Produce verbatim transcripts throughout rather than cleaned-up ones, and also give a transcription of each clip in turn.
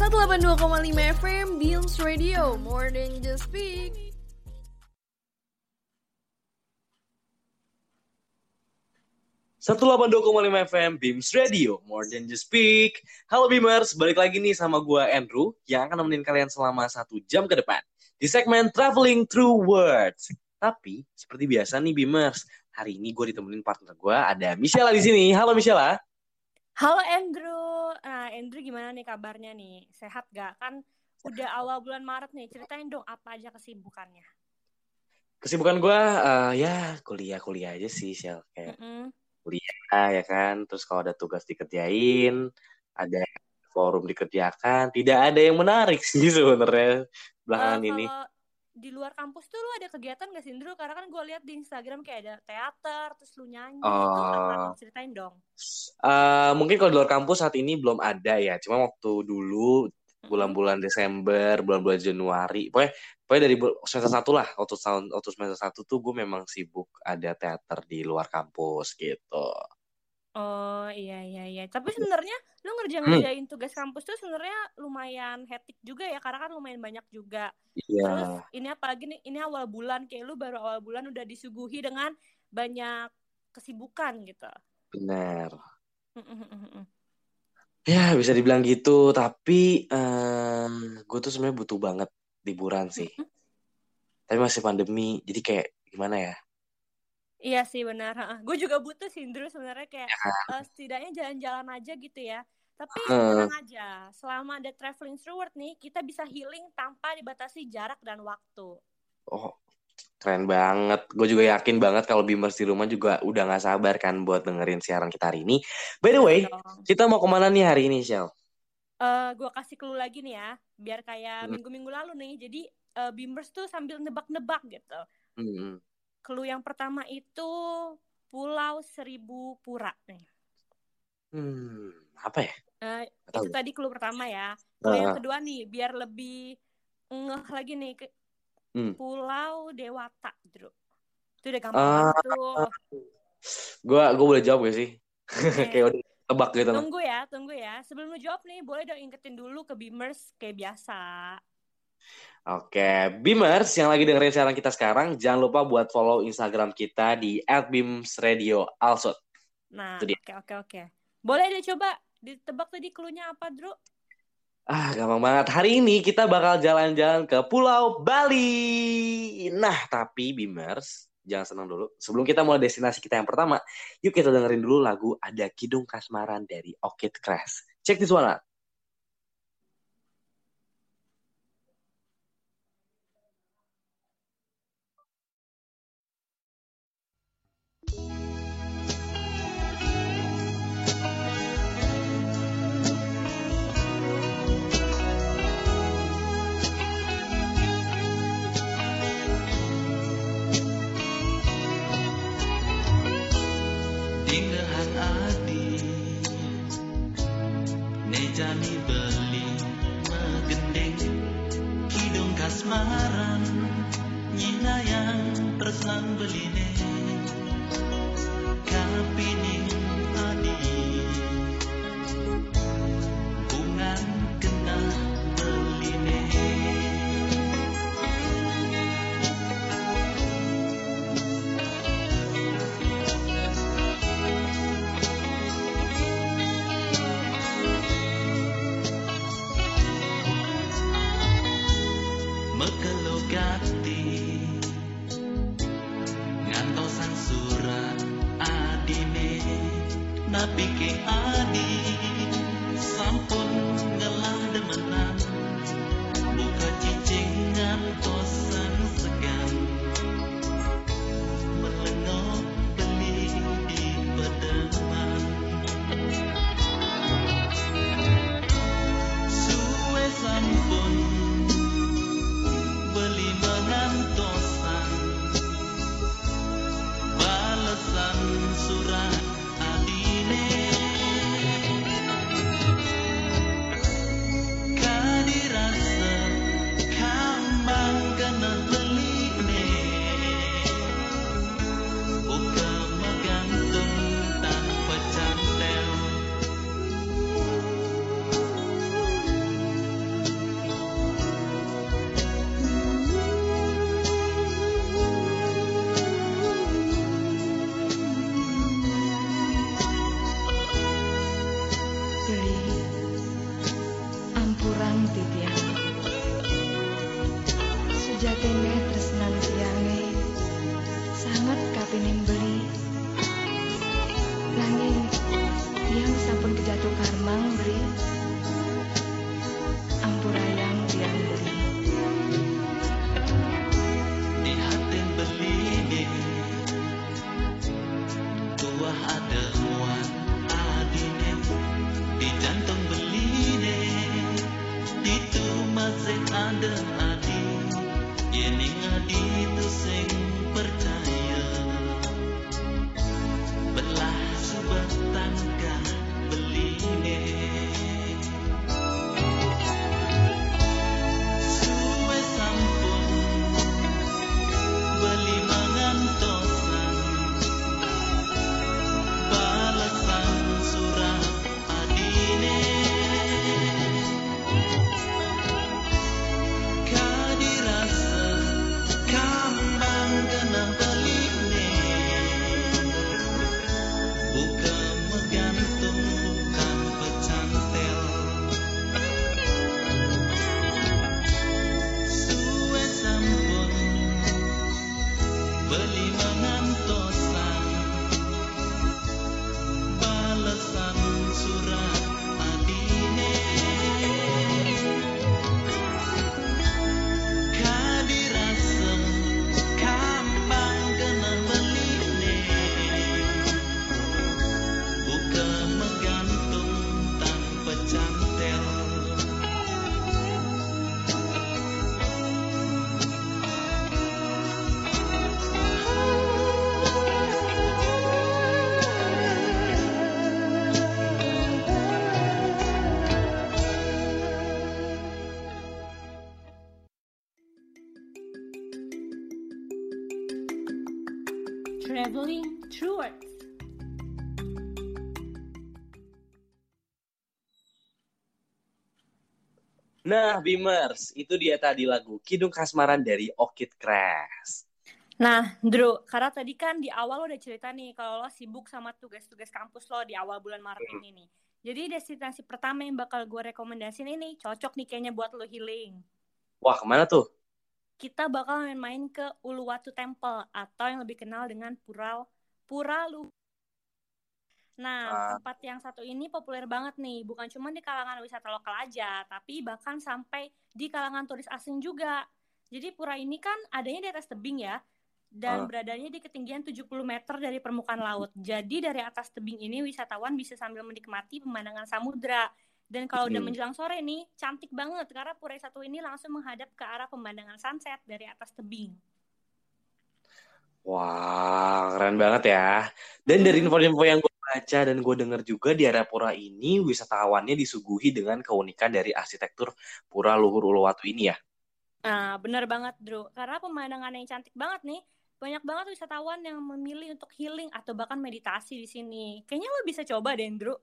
seratus delapan puluh dua koma lima F M Beams Radio, more than just speak. seratus delapan puluh dua koma lima F M Beams Radio, more than just speak. Halo Beamers, balik lagi nih sama gue Andrew yang akan nemenin kalian selama satu jam ke depan di segmen Traveling Through Words. Tapi seperti biasa nih Beamers, hari ini gue ditemenin partner gue, ada Michela di sini. Halo Michela. Halo Andrew. Nah, Andrew gimana nih kabarnya nih? Sehat gak? Kan udah awal bulan Maret nih. Ceritain dong apa aja kesibukannya. Kesibukan gue, uh, ya kuliah-kuliah aja sih, Shell. Kayak mm-hmm. kuliah ya kan. Terus kalau ada tugas dikerjain, ada forum dikerjakan, tidak ada yang menarik sih sebenarnya belakangan uh, ini. Di luar kampus tuh lu ada kegiatan gak sih, Indro? Karena kan gue lihat di Instagram kayak ada teater, terus lu nyanyi, oh. itu apa? Ceritain dong. Uh, mungkin kalau di luar kampus saat ini belum ada ya. Cuma waktu dulu, bulan-bulan Desember, bulan-bulan Januari, pokoknya, pokoknya dari semester satu lah, waktu, tahun, waktu semester satu tuh gue memang sibuk ada teater di luar kampus gitu. Oh iya iya iya. Tapi sebenarnya lu ngerjain-ngerjain hmm. tugas kampus tuh sebenarnya lumayan hektik juga ya, karena kan lumayan banyak juga. Iya. Terus ini apalagi nih, ini awal bulan, kayak lu baru awal bulan udah disuguhi dengan banyak kesibukan gitu. Benar. Ya bisa dibilang gitu, tapi um, gue tuh sebenarnya butuh banget liburan sih. Tapi masih pandemi, jadi kayak gimana ya? Iya sih benar. Gue juga butuh sih Indro sebenarnya kayak ya. uh, setidaknya jalan-jalan aja gitu ya. Tapi hmm. tenang aja, selama ada traveling through world nih, kita bisa healing tanpa dibatasi jarak dan waktu. Oh, keren banget. Gue juga yakin banget kalau Beamers di rumah juga udah gak sabar kan buat dengerin siaran kita hari ini. By the way, ya, kita mau kemana nih hari ini, Shell? Uh, gue kasih clue lagi nih ya, biar kayak hmm. minggu-minggu lalu nih. Jadi uh, Beamers tuh sambil nebak-nebak gitu. Hmm. Clue yang pertama itu Pulau Seribu Pura nih. Hmm, apa ya? Uh, itu tadi clue pertama ya. Clue uh. yang kedua nih, biar lebih ngeh lagi nih ke hmm. Pulau Dewata, Bro. Itu udah gampang uh, banget tuh. Gua gua boleh jawab gak sih? Okay. Kayak udah tebak gitu. Tunggu ya, tunggu ya. Sebelum lu jawab nih, boleh dong ingetin dulu ke Beamers kayak biasa. Oke, Beamers yang lagi dengerin siaran kita sekarang, jangan lupa buat follow Instagram kita di at beams radio also. Nah, oke oke oke. Boleh deh coba ditebak tadi cluenya apa, Bro? Ah, gampang banget. Hari ini kita bakal jalan-jalan ke Pulau Bali. Nah, tapi Beamers, jangan senang dulu. Sebelum kita mulai destinasi kita yang pertama, yuk kita dengerin dulu lagu Ada Kidung Kasmaran dari Orchid Crash. Check this one out. Jani beli megendeng kidung kasmaran nyina yang tersan beline kapining adi bungan kena beline Napike adi sampun ngelah demenan buka cicingan tosan segan melengok beli di pedeman suwe sampun beli mengantosan balesan surat ngantosan balesan surat adine kadirasa kambang kena beline buka menggantung tanpa cantel Traveling through Earth. Nah, Bimers, itu dia tadi lagu Kidung Kasmaran dari Orchid Crash. Nah, Drew, karena tadi kan di awal lo udah cerita nih kalau lo sibuk sama tugas-tugas kampus lo di awal bulan Maret ini nih. Jadi destinasi pertama yang bakal gue rekomendasiin ini cocok nih kayaknya buat lo healing. Wah, kemana tuh? Kita bakal main-main ke Uluwatu Temple atau yang lebih kenal dengan Pura Pura Lu. Nah, Ah. tempat yang satu ini populer banget nih, bukan cuma di kalangan wisata lokal aja, tapi bahkan sampai di kalangan turis asing juga. Jadi pura ini kan adanya di atas tebing ya, dan Ah. beradanya di ketinggian tujuh puluh meter dari permukaan laut. Jadi dari atas tebing ini wisatawan bisa sambil menikmati pemandangan samudra. Dan kalau udah Hmm. menjelang sore nih, cantik banget karena pura satu ini langsung menghadap ke arah pemandangan sunset dari atas tebing. Wah, keren banget ya. Dan dari info-info yang gue baca dan gue dengar juga di area pura ini, wisatawannya disuguhi dengan keunikan dari arsitektur Pura Luhur Uluwatu ini ya. Nah, bener banget, Drew. Karena pemandangan yang cantik banget nih, banyak banget wisatawan yang memilih untuk healing atau bahkan meditasi di sini. Kayaknya lo bisa coba deh, Drew.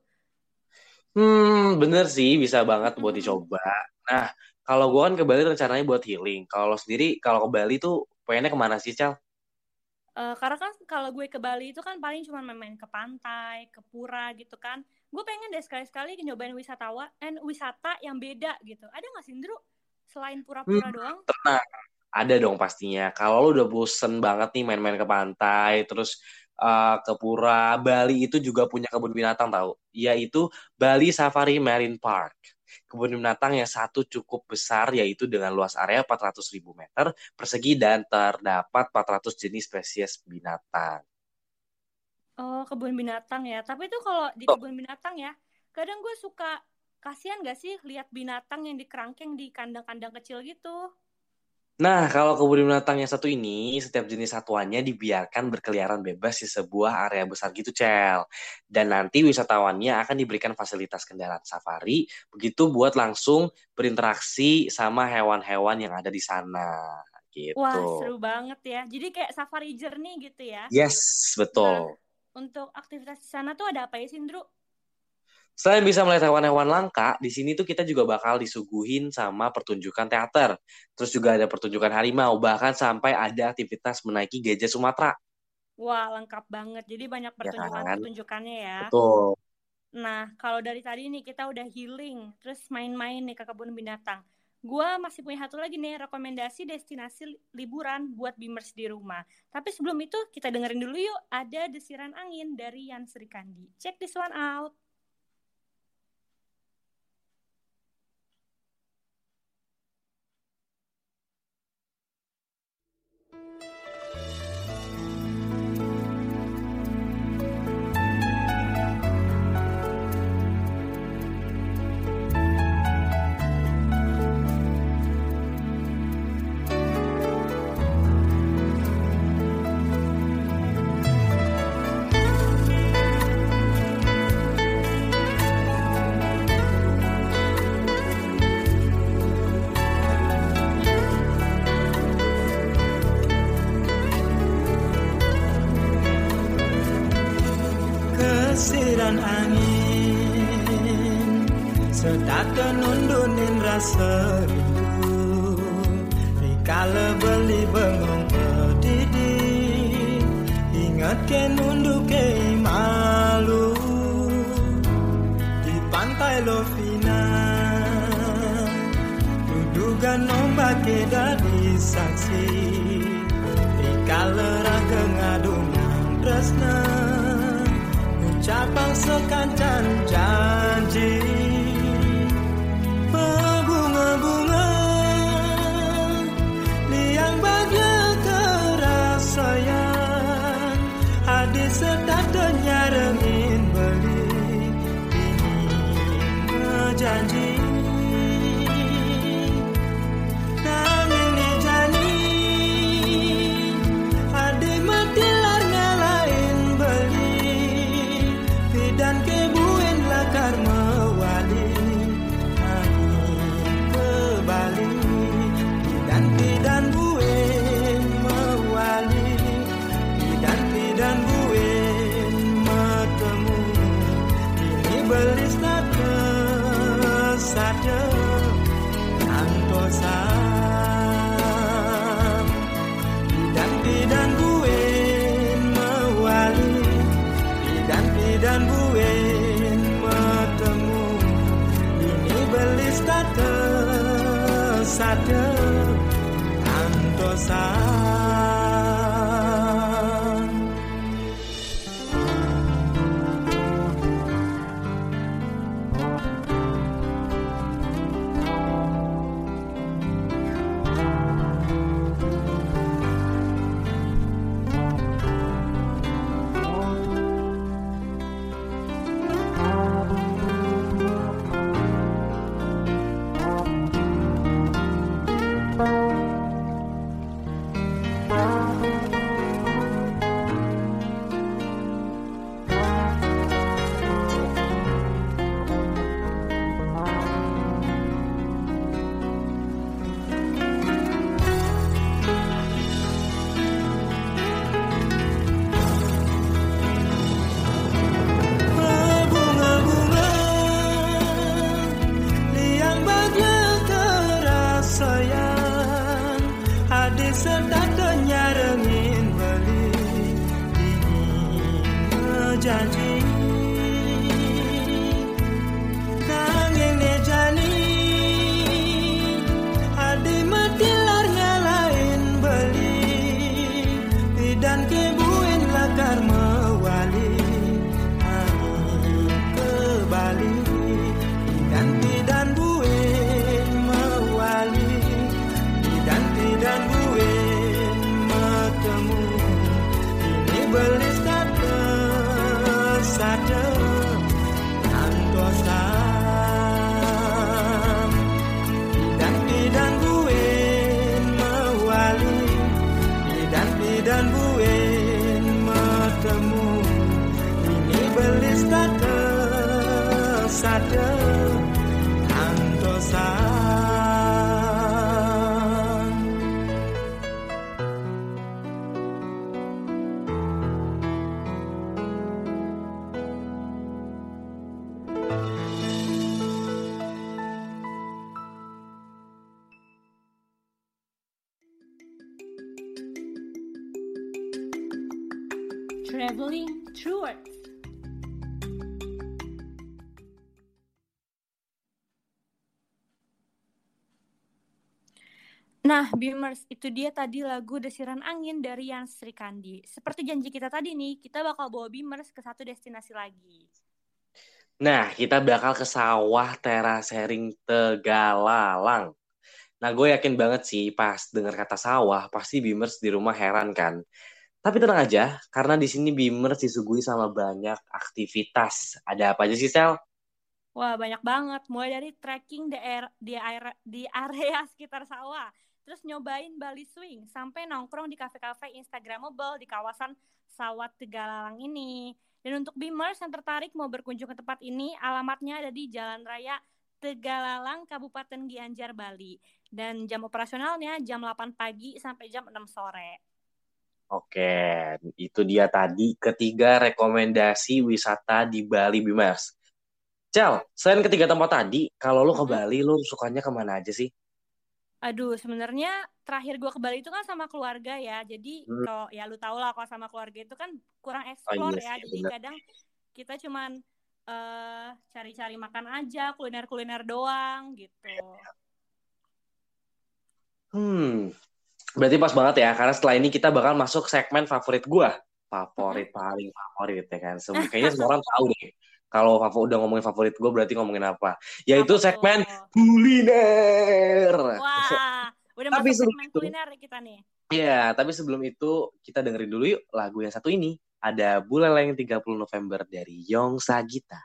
Hmm, bener sih, bisa banget buat Mm-mm. dicoba. Nah, kalau gue kan ke Bali rencananya buat healing. Kalau lo sendiri, kalau ke Bali tuh pengennya kemana sih, Cal? Eh, karena kan kalau gue ke Bali itu kan paling cuma main-main ke pantai, ke pura gitu kan. Gue pengen deh sekali-sekali nyobain wisatawan, eh, wisata yang beda gitu. Ada nggak sih, Drew? Selain pura-pura Hmm, doang? tenang. Ada dong pastinya. Kalau lo udah bosen banget nih main-main ke pantai, terus uh, ke pura, Bali itu juga punya kebun binatang tahu, yaitu Bali Safari Marine Park. Kebun binatang yang satu cukup besar, yaitu dengan luas area empat ratus ribu meter persegi dan terdapat empat ratus jenis spesies binatang. Oh, kebun binatang ya. Tapi itu kalau di Oh. kebun binatang ya, kadang gue suka kasihan gak sih lihat binatang yang dikerangkeng di kandang-kandang kecil gitu. Nah, kalau kebun binatang yang satu ini, setiap jenis satuannya dibiarkan berkeliaran bebas di sebuah area besar gitu, Cel. Dan nanti wisatawannya akan diberikan fasilitas kendaraan safari, begitu buat langsung berinteraksi sama hewan-hewan yang ada di sana. Gitu. Wah, seru banget ya. Jadi kayak safari journey gitu ya. Yes, betul. Nah, untuk aktivitas di sana tuh ada apa ya, Sindru? Selain bisa melihat hewan-hewan langka, di sini tuh kita juga bakal disuguhin sama pertunjukan teater. Terus juga ada pertunjukan harimau, bahkan sampai ada aktivitas menaiki gajah Sumatera. Wah, lengkap banget. Jadi banyak Ya kan? pertunjukan-pertunjukannya ya. Betul. Nah, kalau dari tadi nih kita udah healing, terus main-main nih ke kebun binatang. Gua masih punya satu lagi nih rekomendasi destinasi liburan buat Bimers di rumah. Tapi sebelum itu kita dengerin dulu yuk, ada Desiran Angin dari Yan Srikandi. Check this one out. Desiran angin sedang nundunin rasa rindu dikala beli bengong berdidi ingat ke nundu ke malu di pantai Lovina dudugan ombak ke dari saksi dikala raga ngadu sekancan janji. Bunga-bunga liang bahagia kerasaian, hadis setatnya rengin beli ini janji. Nanging ni jani adik mati larnya lain beli, pidan kebuin lakar mewali angin ke Bali, pidan pidan buin mewali, pidan pidan buin metemu, ini belis tak kesada antosam, pidan pidan buin mewali, pidan pidan buin metemu, ini belis tak kesada antosam. Bunga-bunga liang bahagia kerasaian, hadis setatnya rengin beli ini janji. Nanging ni jani adik mati larnya lain beli, pidan kebuin lakar mewali angin ke Bali, pidan pidan buin mewali, pidan pidan buin metemu, ini belis tak kesada antosam, pidan pidan buin mewali, pidan pidan buin metemu, ini belis tak kesada antosam. Traveling through Earth. Nah, Beamers, itu dia tadi lagu Desiran Angin dari Yan Srikandi. Seperti janji kita tadi nih, kita bakal bawa Beamers ke satu destinasi lagi. Nah, kita bakal ke sawah terasering Tegalalang. Nah, gue yakin banget sih pas dengar kata sawah, pasti Beamers di rumah heran kan. Tapi tenang aja, karena di sini Beamers disuguhi sama banyak aktivitas. Ada apa aja sih, Sel? Wah, banyak banget. Mulai dari trekking di area, di area, di area sekitar sawah, terus nyobain Bali Swing, sampai nongkrong di kafe-kafe Instagramable di kawasan sawah Tegalalang ini. Dan untuk Beamers yang tertarik mau berkunjung ke tempat ini, alamatnya ada di Jalan Raya Tegalalang, Kabupaten Gianyar, Bali. Dan jam operasionalnya jam delapan pagi sampai jam enam sore. Oke, itu dia tadi ketiga rekomendasi wisata di Bali, Beamers. Cel, selain ketiga tempat tadi, kalau lo ke Bali, lo sukanya kemana aja sih? Aduh, sebenarnya terakhir gue ke Bali itu kan sama keluarga ya. Jadi hmm. kalau ya lu tau lah kalau sama keluarga itu kan kurang explore oh, yes, ya. Jadi bener. Kadang kita cuman uh, cari-cari makan aja, kuliner-kuliner doang gitu. Hmm, berarti pas banget ya. Karena setelah ini kita bakal masuk segmen favorit gue. Favorit hmm. paling favorit ya kan. Kayaknya semua orang tahu deh. Kalau Favo udah ngomongin favorit gue berarti ngomongin apa? Yaitu Apa segmen tuh? kuliner. Wah, udah Tapi masuk sebelum segmen itu, kuliner kita nih. ya, tapi sebelum itu kita dengerin dulu yuk lagu yang satu ini. Ada Buleleng tiga puluh November dari Yong Sagita.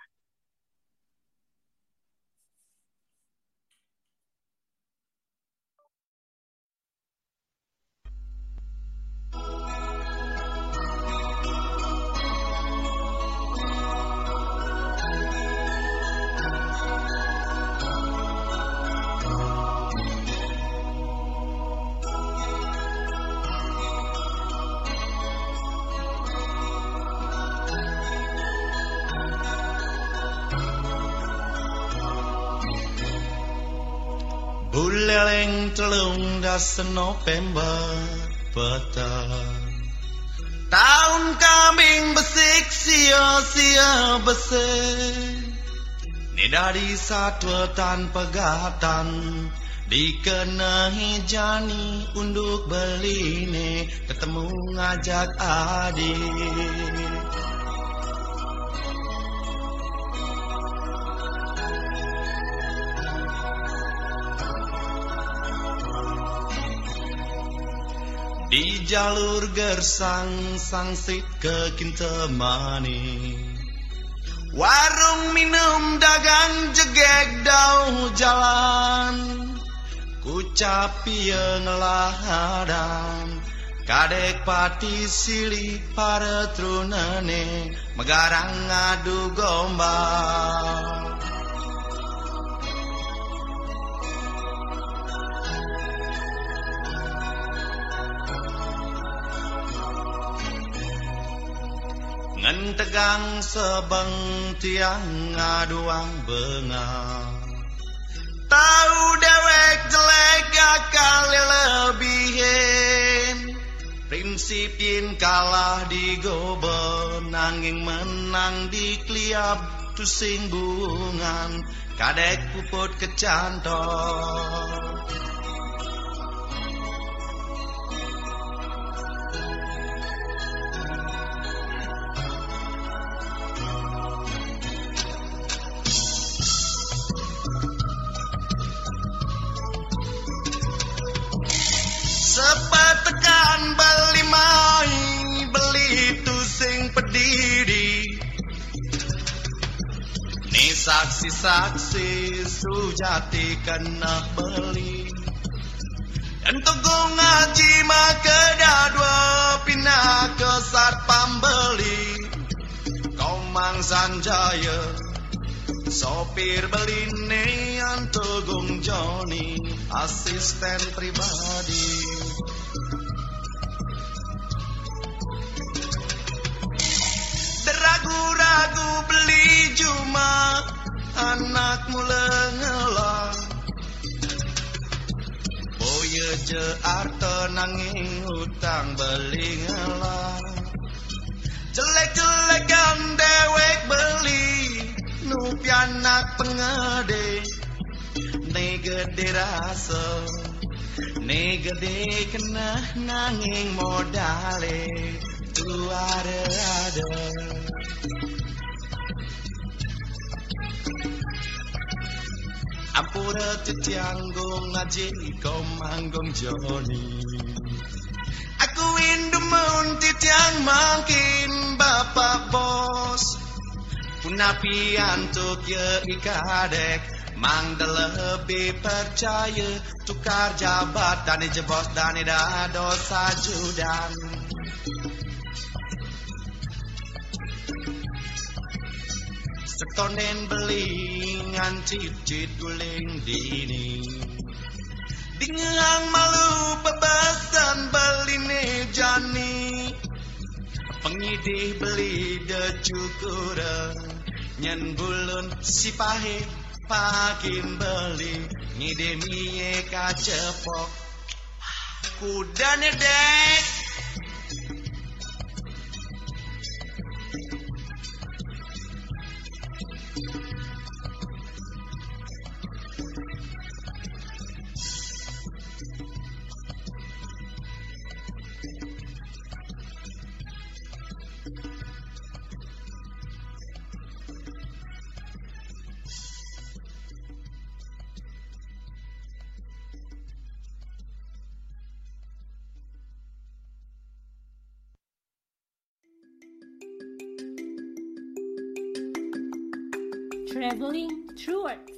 Buleleng telung dasa November petang, tahun kambing besik sia-sia besik. Ni dari satwa tanpa gatan, dikenahi jani unduk beline, ketemu ngajak adik. Di jalur gersang sangsit ke Kintemani, warung minum dagang jegek dau jalan, kucapi yang lahadan, kadek pati silih para trunane, megarang ngadu gombal. Ngan tegang sebeng tiang ngaduang bengang, tahu dewek jelek akal lebihin, prinsipin kalah di goben, nanging menang di kliap tusing bungan, kadek puput kecantol. Sepetekan beli mai, beli tusing pediri. Ni saksi-saksi sujati kena beli. Dan tegung ngaji maka dua pindah ke satpam beli. Komang Sanjaya, sopir beli ni Tegung Joni, asisten pribadi. Ragu-ragu beli cuma anak mula ngelah, boya je arta nanging hutang beli ngelah. Jelek-jelekan dewek beli nupi anak pengede, ne gede rasa, ne gede kena nanging modale tu ada-ada. Ampura titianggung ngaji kau manggung Joni, aku indemun titiang mungkin bapak bos, punapi antuk ye ikadek, mang lebih percaya, tukar jabatan jebos dan ida dosa judan. Setonen beli ngan cip-cip guling dini, dingang malu bebasan beli ne jani, pengidih beli de cukura, nyen bulun si pahe pakin beli, ngide mie kacepok, kuda ne dek. Traveling Through Words.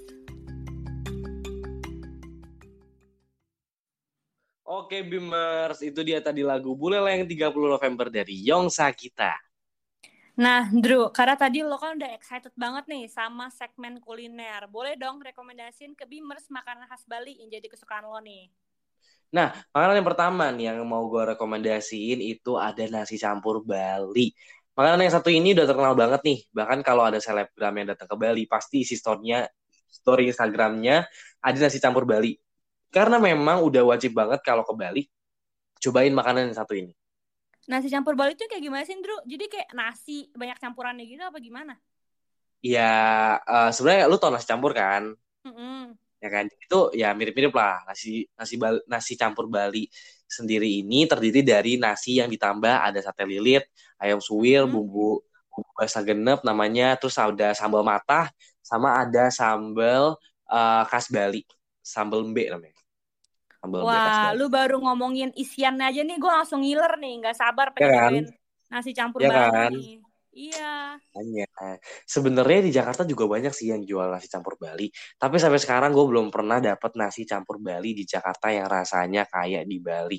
Oke Bimers, itu dia tadi lagu Buleleng tiga puluh November dari Yongsa Kita. Nah, Drew, karena tadi lo kan udah excited banget nih sama segmen kuliner. Boleh dong rekomendasiin ke Bimers makanan khas Bali yang jadi kesukaan lo nih. Nah, makanan yang pertama nih yang mau gue rekomendasiin itu ada nasi campur Bali. Makanan yang satu ini udah terkenal banget nih. Bahkan kalau ada selebgram yang datang ke Bali, pasti isi story-nya, story Instagramnya ada nasi campur Bali. Karena memang udah wajib banget kalau ke Bali, cobain makanan yang satu ini. Nasi campur Bali itu kayak gimana sih, Drew? Jadi kayak nasi, banyak campurannya gitu apa gimana? Ya, uh, sebenarnya lu tau nasi campur kan? Mm-mm. Ya kan? Itu ya mirip-mirip lah. Nasi nasi Bali, nasi campur Bali sendiri ini terdiri dari nasi yang ditambah ada sate lilit, ayam suwir, Mm-hmm. bumbu bumbu basah genep namanya, terus ada sambal matah, sama ada sambal uh, khas Bali, sambal mbe namanya. Sambal mbe khas Wah, Bali. lu baru ngomongin isiannya aja nih, gue langsung ngiler nih, nggak sabar Ya pengen kan? nyobain nasi campur Ya Bali kan? nih. Iya. Hanya sebenarnya di Jakarta juga banyak sih yang jual nasi campur Bali, tapi sampai sekarang gue belum pernah dapat nasi campur Bali di Jakarta yang rasanya kayak di Bali.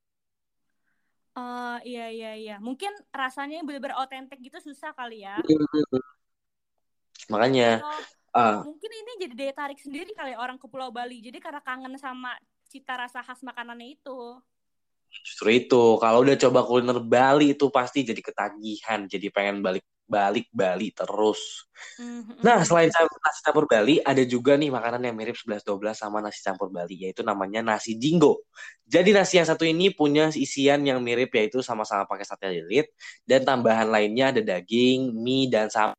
Oh, iya iya iya. Mungkin rasanya yang bener-bener otentik gitu susah kali ya. Makanya Atau uh, mungkin ini jadi daya tarik sendiri kali orang ke Pulau Bali. Jadi karena kangen sama cita rasa khas makanannya itu. justru itu kalau udah coba kuliner Bali itu pasti jadi ketagihan, jadi pengen balik-balik Bali terus. Mm-hmm. Nah, selain nasi campur Bali, ada juga nih makanan yang mirip sebelas dua belas sama nasi campur Bali, yaitu namanya nasi jinggo. Jadi nasi yang satu ini punya isian yang mirip, yaitu sama-sama pakai sate lilit, dan tambahan lainnya ada daging, mie, dan sambal.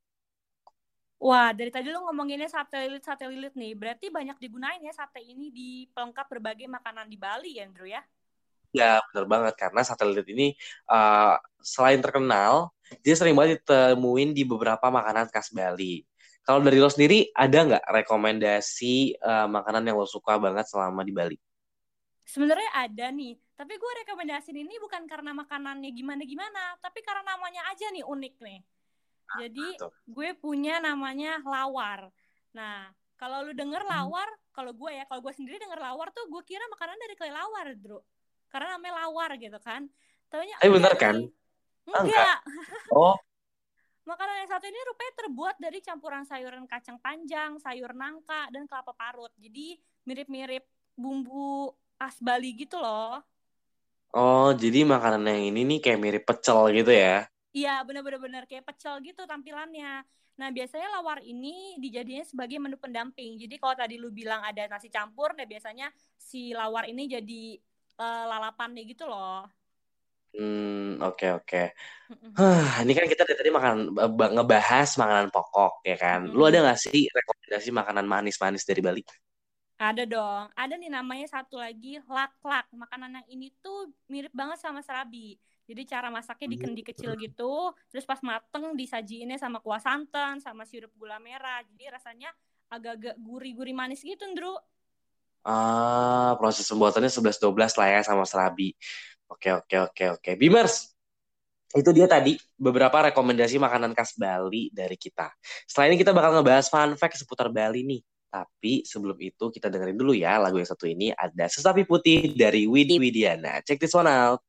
Wah, dari tadi lu ngomonginnya sate lilit, sate lilit nih. Berarti banyak digunain ya sate ini di pelengkap berbagai makanan di Bali ya, Andrew ya? Ya, benar banget. Karena sate lilit ini uh, selain terkenal, dia sering banget ditemuin di beberapa makanan khas Bali. Kalau dari lo sendiri, ada nggak rekomendasi uh, makanan yang lo suka banget selama di Bali? Sebenarnya ada nih. Tapi gue rekomendasiin ini bukan karena makanannya gimana-gimana, tapi karena namanya aja nih unik nih. Jadi Tuh. gue punya namanya lawar. Nah, kalau lu denger lawar, kalau gue ya, kalau gue sendiri denger lawar tuh gue kira makanan dari kelelawar, Bro. Karena namanya lawar gitu kan. Taunya Eh bener enggak kan? nih. Ah, Enggak. enggak. Oh, Makanan yang satu ini rupanya terbuat dari campuran sayuran kacang panjang, sayur nangka, dan kelapa parut. Jadi mirip-mirip bumbu khas Bali gitu loh. oh jadi makanan yang ini nih kayak mirip pecel gitu ya? Iya, bener-bener kayak pecel gitu tampilannya. Nah, biasanya lawar ini dijadinya sebagai menu pendamping. Jadi kalau tadi lu bilang ada nasi campur, nah biasanya si lawar ini jadi uh, lalapannya gitu loh. Hmm, oke oke. Huh, ini kan kita dari tadi makan b- ngebahas makanan pokok ya kan. Lu ada nggak sih rekomendasi makanan manis-manis dari Bali? Ada dong. Ada nih namanya satu lagi lak-lak. Makanan yang ini tuh mirip banget sama serabi. Jadi cara masaknya dikendi kecil gitu, terus pas mateng disajiinnya sama kuah santan, sama sirup gula merah. Jadi rasanya agak-agak gurih-gurih manis gitu, Ndru. Ah, proses pembuatannya sebelas dua belas lah ya sama serabi. Oke oke oke oke. Bimers, itu dia tadi beberapa rekomendasi makanan khas Bali dari kita. Setelah ini kita bakal ngebahas fun fact seputar Bali nih. Tapi sebelum itu kita dengerin dulu ya lagu yang satu ini, ada Sesapi Putih dari Widi Widiana. Check this one out.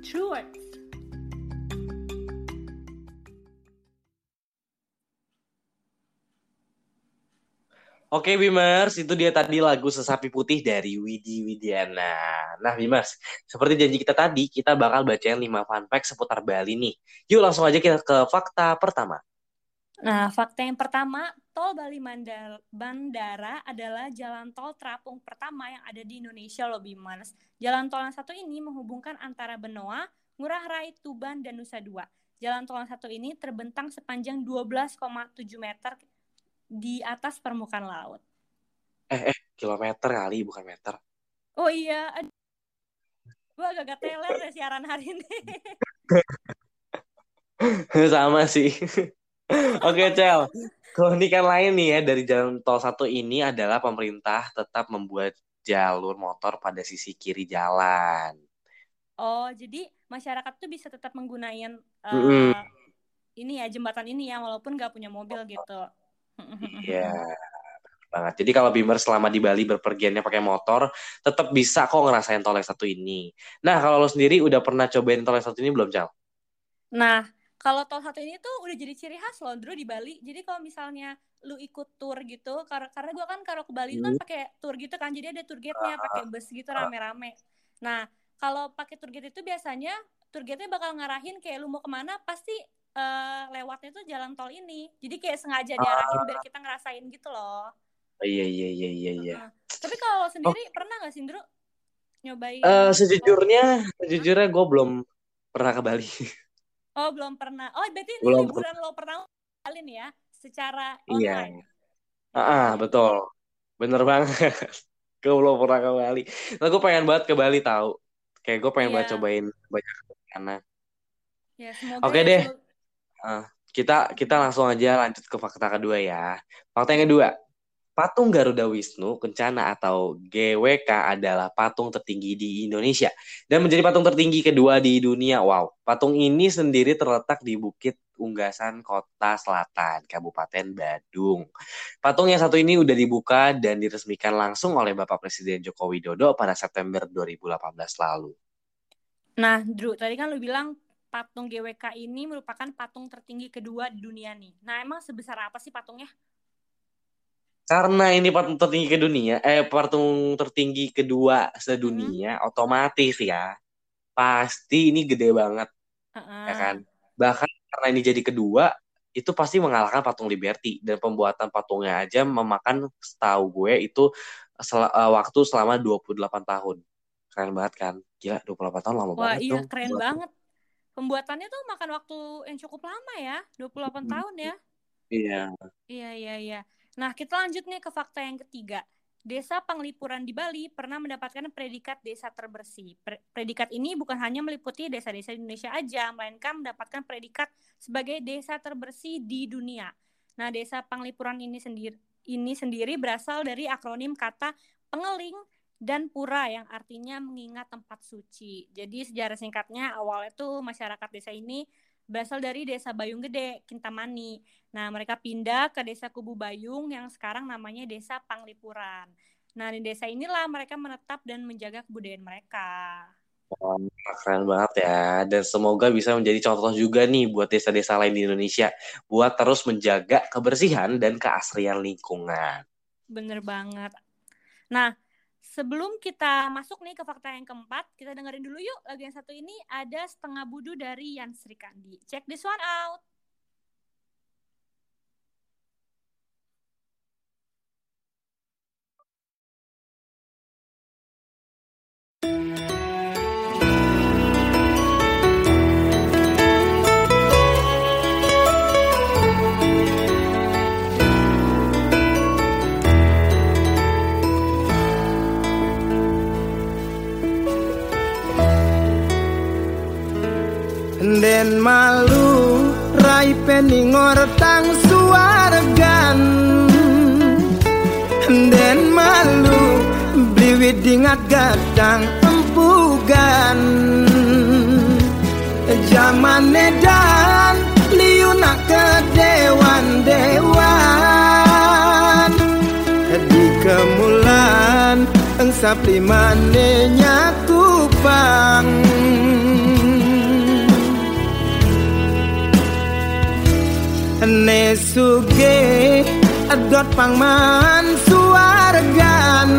True Words. Oke Bimers, itu dia tadi lagu Sesapi Putih dari Widi Widiana. Nah Bimers, seperti janji kita tadi, kita bakal bacain lima fun fact seputar Bali nih. Yuk langsung aja kita ke fakta pertama. Nah, fakta yang pertama, tol Bali Bandara adalah jalan tol terapung pertama yang ada di Indonesia loh Bimers. Jalan tol yang satu ini menghubungkan antara Benoa, Ngurah Rai, Tuban, dan Nusa Dua. Jalan tol yang satu ini terbentang sepanjang dua belas koma tujuh meter di atas permukaan laut. Eh, eh, kilometer kali, bukan meter. Oh iya, ad- gue agak teler deh siaran hari ini. Sama sih. Oke, Cel. Keunikan lain nih ya dari jalan tol satu ini adalah pemerintah tetap membuat jalur motor pada sisi kiri jalan. Oh, jadi masyarakat tuh bisa tetap menggunakan uh, Mm-mm. ini ya, jembatan ini ya, walaupun nggak punya mobil gitu. Iya, bener banget. Jadi kalau Bimer selama di Bali berpergiannya pakai motor, tetap bisa kok ngerasain tol yang satu ini. Nah, kalau lo sendiri udah pernah cobain tol yang satu ini belum, Cal? Nah, kalau tol satu ini tuh udah jadi ciri khas loh, Drew, di Bali. Jadi kalau misalnya lu ikut tour gitu, karena karena gue kan kalau ke Bali itu kan pakai tour gitu kan, jadi ada tour guide-nya, pakai bus gitu rame-rame. Nah, kalau pakai tour guide itu biasanya tour guide-nya bakal ngarahin kayak lu mau kemana, pasti uh, lewatnya tuh jalan tol ini. Jadi kayak sengaja diarahin biar kita ngerasain gitu loh. Oh, iya, iya, iya, iya, iya. Uh, tapi kalau lo sendiri oh. pernah nggak sih, Drew, nyobain? Uh, sejujurnya, tol? sejujurnya gue belum pernah ke Bali. Oh, belum pernah. Oh, berarti ini belum liburan per- lo pernah kali nih ya, secara online. Iya. Ah, betul. Bener banget. Gue belum pernah ke Bali. Nah, gue pengen banget ke Bali tahu. Kayak gue pengen yeah. banget cobain banyak karena. Ya, semoga Oke ya, deh. Semoga... Uh, kita kita langsung aja lanjut ke fakta kedua ya. Fakta yang kedua. Patung Garuda Wisnu Kencana atau G W K adalah patung tertinggi di Indonesia dan menjadi patung tertinggi kedua di dunia. Wow, patung ini sendiri terletak di Bukit Unggasan, Kota Selatan, Kabupaten Badung. Patung yang satu ini udah dibuka dan diresmikan langsung oleh Bapak Presiden Joko Widodo pada September dua ribu delapan belas lalu. Nah, Drew, tadi kan lu bilang patung G W K ini merupakan patung tertinggi kedua di dunia nih. Nah, emang sebesar apa sih patungnya? Karena ini patung tertinggi ke dunia, eh patung tertinggi kedua sedunia, hmm. otomatis ya, pasti ini gede banget, uh-uh. ya kan? Bahkan karena ini jadi kedua, itu pasti mengalahkan patung Liberty dan pembuatan patungnya aja memakan, setahu gue itu sel- uh, waktu selama dua puluh delapan tahun, keren banget kan? Gila, dua puluh delapan tahun lama Wah, banget iya, dong. Keren buat... banget. Pembuatannya tuh makan waktu yang cukup lama ya, dua puluh delapan hmm. tahun ya. Iya. Iya, iya, iya. Nah, kita lanjut nih ke fakta yang ketiga. Desa Panglipuran di Bali pernah mendapatkan predikat desa terbersih. Predikat ini bukan hanya meliputi desa-desa di Indonesia aja, melainkan mendapatkan predikat sebagai desa terbersih di dunia. Nah, Desa Panglipuran ini sendiri ini sendiri berasal dari akronim kata pengeling dan pura yang artinya mengingat tempat suci. Jadi sejarah singkatnya awalnya tuh masyarakat desa ini berasal dari Desa Bayung Gede, Kintamani. Nah, mereka pindah ke Desa Kubu Bayung yang sekarang namanya Desa Panglipuran. Nah, di desa inilah mereka menetap dan menjaga kebudayaan mereka. Oh, keren banget ya. Dan semoga bisa menjadi contoh juga nih buat desa-desa lain di Indonesia buat terus menjaga kebersihan dan keasrian lingkungan. Bener banget. Nah, sebelum kita masuk nih ke fakta yang keempat, kita dengerin dulu yuk lagu yang satu ini, ada Setengah Budu dari Yan Srikandi. Check this one out. Den malu rai peningor tang suargan, den malu bliwit dingat gadang empugan. Zaman edan liuna ke dewan-dewan, di kemulan engsap limane nyakupang. Ne suge adot pangman suargan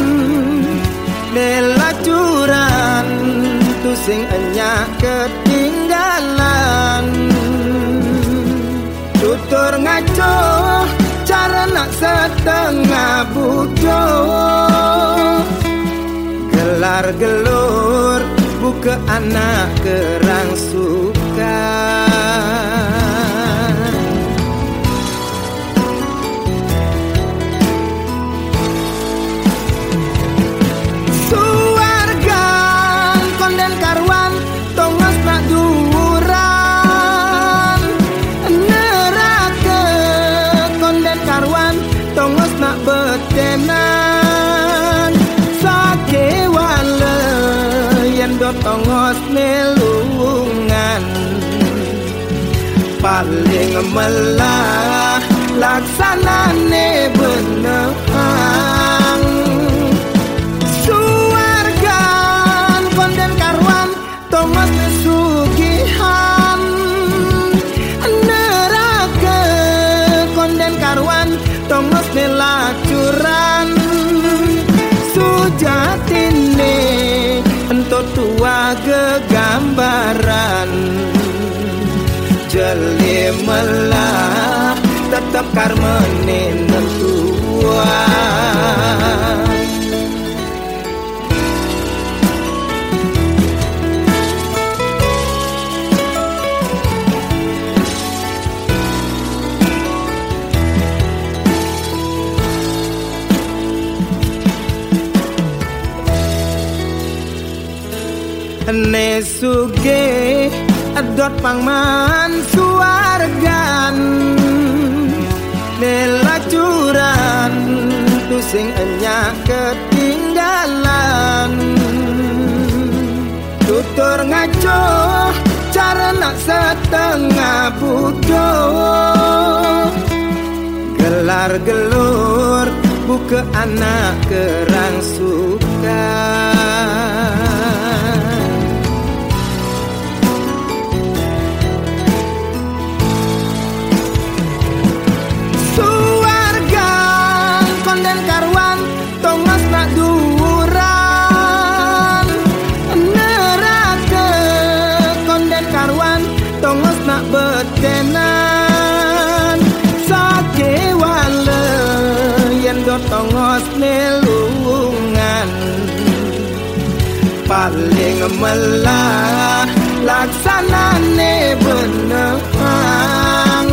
Nelacuran tu sing enyak ketinggalan Tutur ngaco cara nak setengah bodoh Gelar gelur buka anak kerang suka Suargan konden karwan tongos nak duran Neraka konden karwan tongos nak betenan Sake wale yen do tongos nelungan Paling melah laksanane benehang Suargan konden karwan tongos nesugihan Neraka konden karwan tongos nelacuran Sujatine entot tua gegambaran Jeli melah tetap karmene nentuan Ne suge adot pangman suargan Nelacuran tu sing enyak ketinggalan Tutur ngaco cara nak setengah bodoh Gelar gelur buka anak kerang suka Konden karwan tongos nak duran Neraka konden karwan tongos nak betenan Sake wale yen do tongos nelungan Paling melah laksanane benehang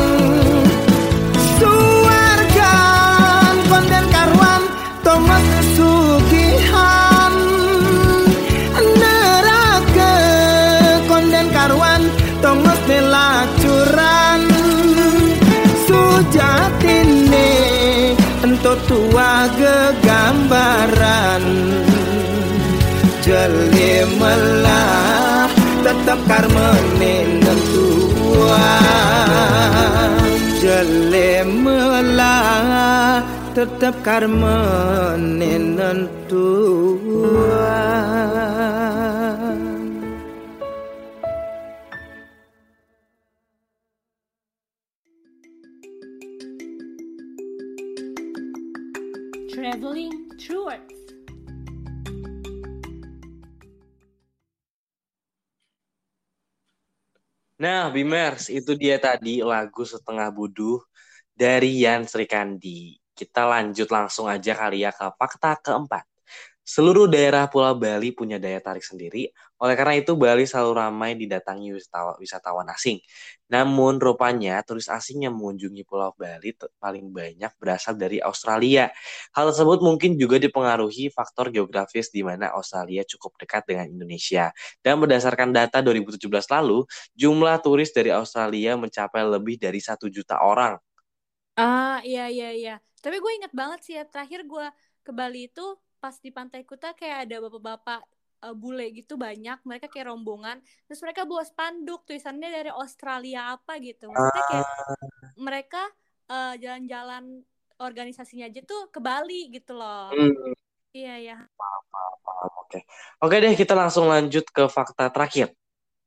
Konden karwan tongos nesugihan Neraka konden karwan tongos nelacuran Sujatine entot tua gegambaran Jeli melah tetap karmene nentuan Jeli melah tetap karmene nentuan Traveling through words. Nah, Bimers, itu dia tadi lagu Setengah Buduh dari Yan Srikandi. Kita lanjut langsung aja kali ya ke fakta keempat. Seluruh daerah Pulau Bali punya daya tarik sendiri, oleh karena itu Bali selalu ramai didatangi wisatawan, wisatawan asing. Namun rupanya turis asing yang mengunjungi Pulau Bali paling banyak berasal dari Australia. Hal tersebut mungkin juga dipengaruhi faktor geografis di mana Australia cukup dekat dengan Indonesia. Dan berdasarkan data dua ribu tujuh belas lalu, jumlah turis dari Australia mencapai lebih dari satu juta orang. Ah, iya, iya, iya. Tapi gue inget banget sih ya, terakhir gue ke Bali itu pas di Pantai Kuta kayak ada bapak-bapak uh, bule gitu banyak, mereka kayak rombongan, terus mereka bawa spanduk tulisannya dari Australia apa gitu. Maksudnya kayak mereka uh, jalan-jalan organisasinya aja tuh ke Bali gitu loh. Hmm. Iya, iya. Paham, paham, paham. Oke. Oke deh, kita langsung lanjut ke fakta terakhir.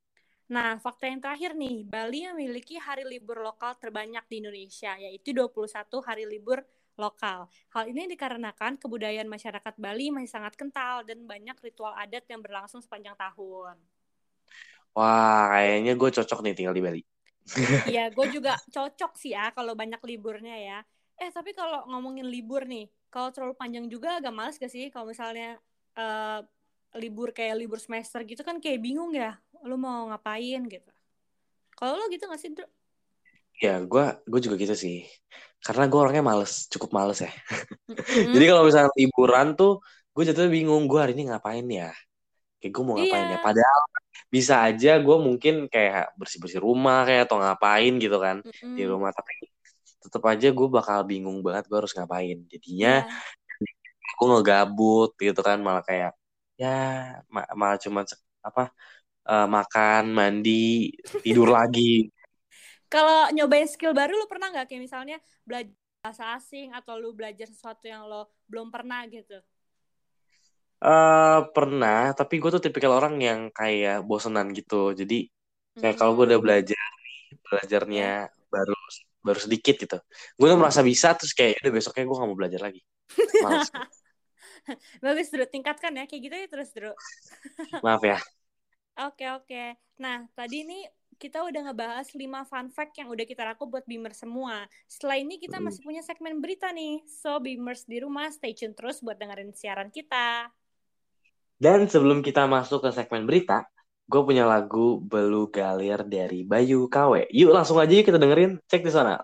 Nah, fakta yang terakhir nih, Bali memiliki hari libur lokal terbanyak di Indonesia, yaitu dua puluh satu hari libur lokal. Hal ini dikarenakan kebudayaan masyarakat Bali masih sangat kental dan banyak ritual adat yang berlangsung sepanjang tahun. Wah, kayaknya gue cocok nih tinggal di Bali. Iya, gue juga cocok sih ya kalau banyak liburnya ya. Eh, tapi kalau ngomongin libur nih, kalau terlalu panjang juga agak males gak sih? Kalau misalnya uh, libur kayak libur semester gitu kan kayak bingung ya, lu mau ngapain gitu. Kalau lo gitu gak sih, Dru? Ya, gue gue juga gitu sih. Karena gue orangnya males, cukup males ya. Mm-hmm. Jadi kalau misalnya liburan tuh, gue jatuhnya bingung, gue hari ini ngapain ya? Kayak gue mau ngapain iya. ya? Padahal bisa aja gue mungkin kayak bersih-bersih rumah kayak atau ngapain gitu kan mm-hmm. di rumah. Tapi tetap aja gue bakal bingung banget gue harus ngapain. Jadinya yeah. gue ngegabut gitu kan, malah kayak ya malah cuma apa uh, makan, mandi, tidur lagi. Kalau nyobain skill baru lu pernah nggak kayak misalnya belajar bahasa asing atau lu belajar sesuatu yang lo belum pernah gitu? Uh, pernah, tapi gue tuh tipikal orang yang kayak bosenan gitu. Jadi kayak hmm. kalau gue udah belajar nih, belajarnya yeah. baru baru sedikit gitu. Gue tuh merasa bisa terus kayak udah besoknya gue gak mau belajar lagi. Males. Bagus, Dru, tingkatkan ya kayak gitu ya terus, Dru. Maaf ya. Oke, oke. Nah, tadi nih kita udah ngebahas lima fun fact yang udah kita rangkum buat Beamers semua. Setelah ini kita masih punya segmen berita nih. So, Beamers di rumah stay tune terus buat dengerin siaran kita. Dan sebelum kita masuk ke segmen berita, gue punya lagu Belu Galir dari Bayu K W. Yuk langsung aja kita dengerin. Cek di sana.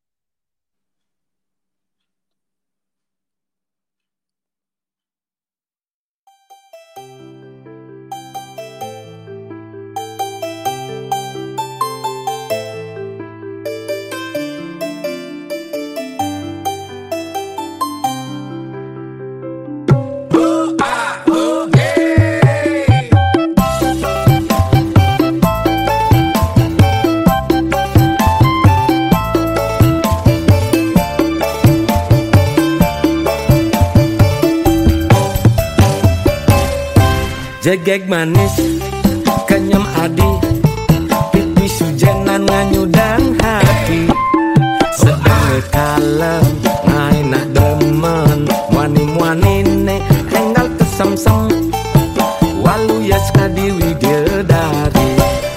Jegeg manis, kenyam adi, pipi sujenan nganyudang hati. Seange kalem, ngainak demen, wani-wanine, enggal kesem-sem, walu yas kadiwi dari.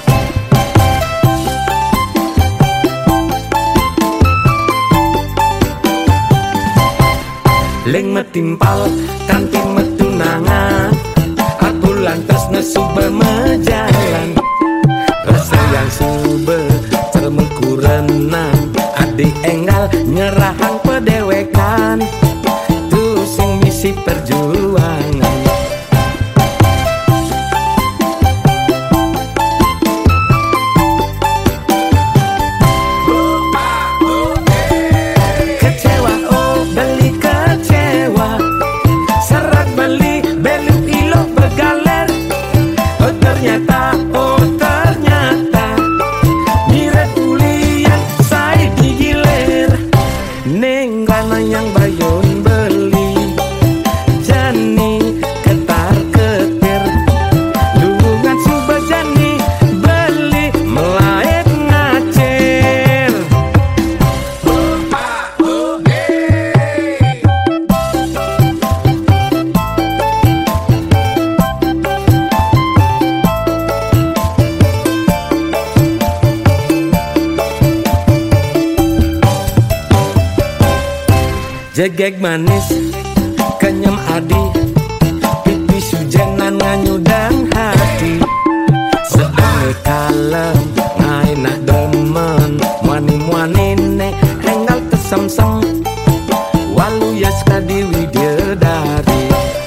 Leng metimpal, kanti metunangan, lantas nesu bermejalan, rasa yang sube termengkurenan, adik enggal nyerahang pedewekan, tu sing misi perjuangan. Kecewa oh beli kecewa, serat beli belu ilo begaler. Ternyata, oh ternyata Miret ulian saya digilir Nenggana yang bayon beli Jani ketar ketir Lungan subah jani beli Melaet ngacir. Jegeg manis, kenyam adi, pipi sujenan nganyudang hati. Seange kalem, ngainak demen, wani-wanine, enggal kesem-sem, walu yas kadiwi dari.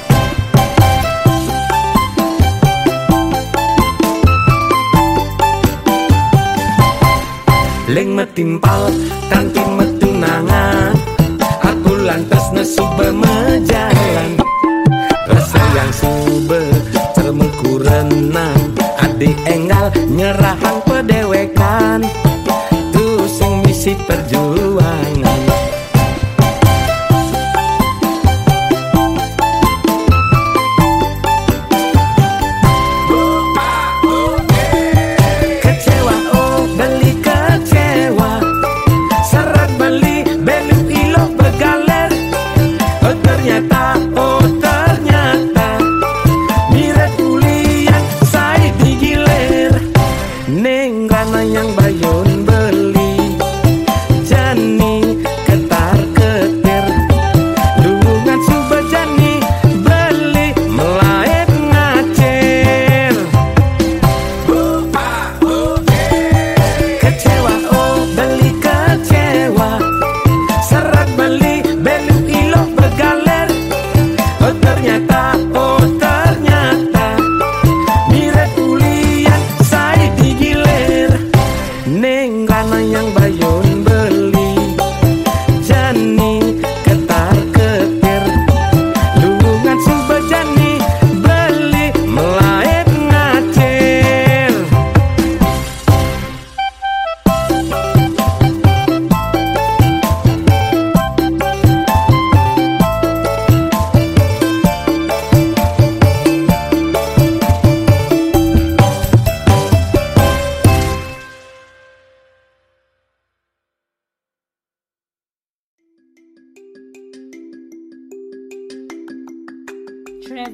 Leng metimpal, kanti metunangan, lantas nesu bermejalan, rasa yang sube termengkurenan, adik enggal nyerahang pedewekan, tu sing misi perjuangan.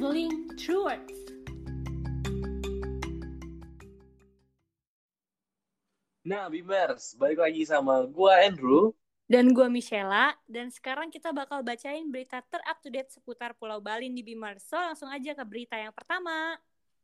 Traveling Through Words. Nah, Bimers, balik lagi sama gua Andrew. Dan gue Michela, dan sekarang kita bakal bacain berita ter-up-to-date seputar Pulau Bali di Bimers. So, langsung aja ke berita yang pertama.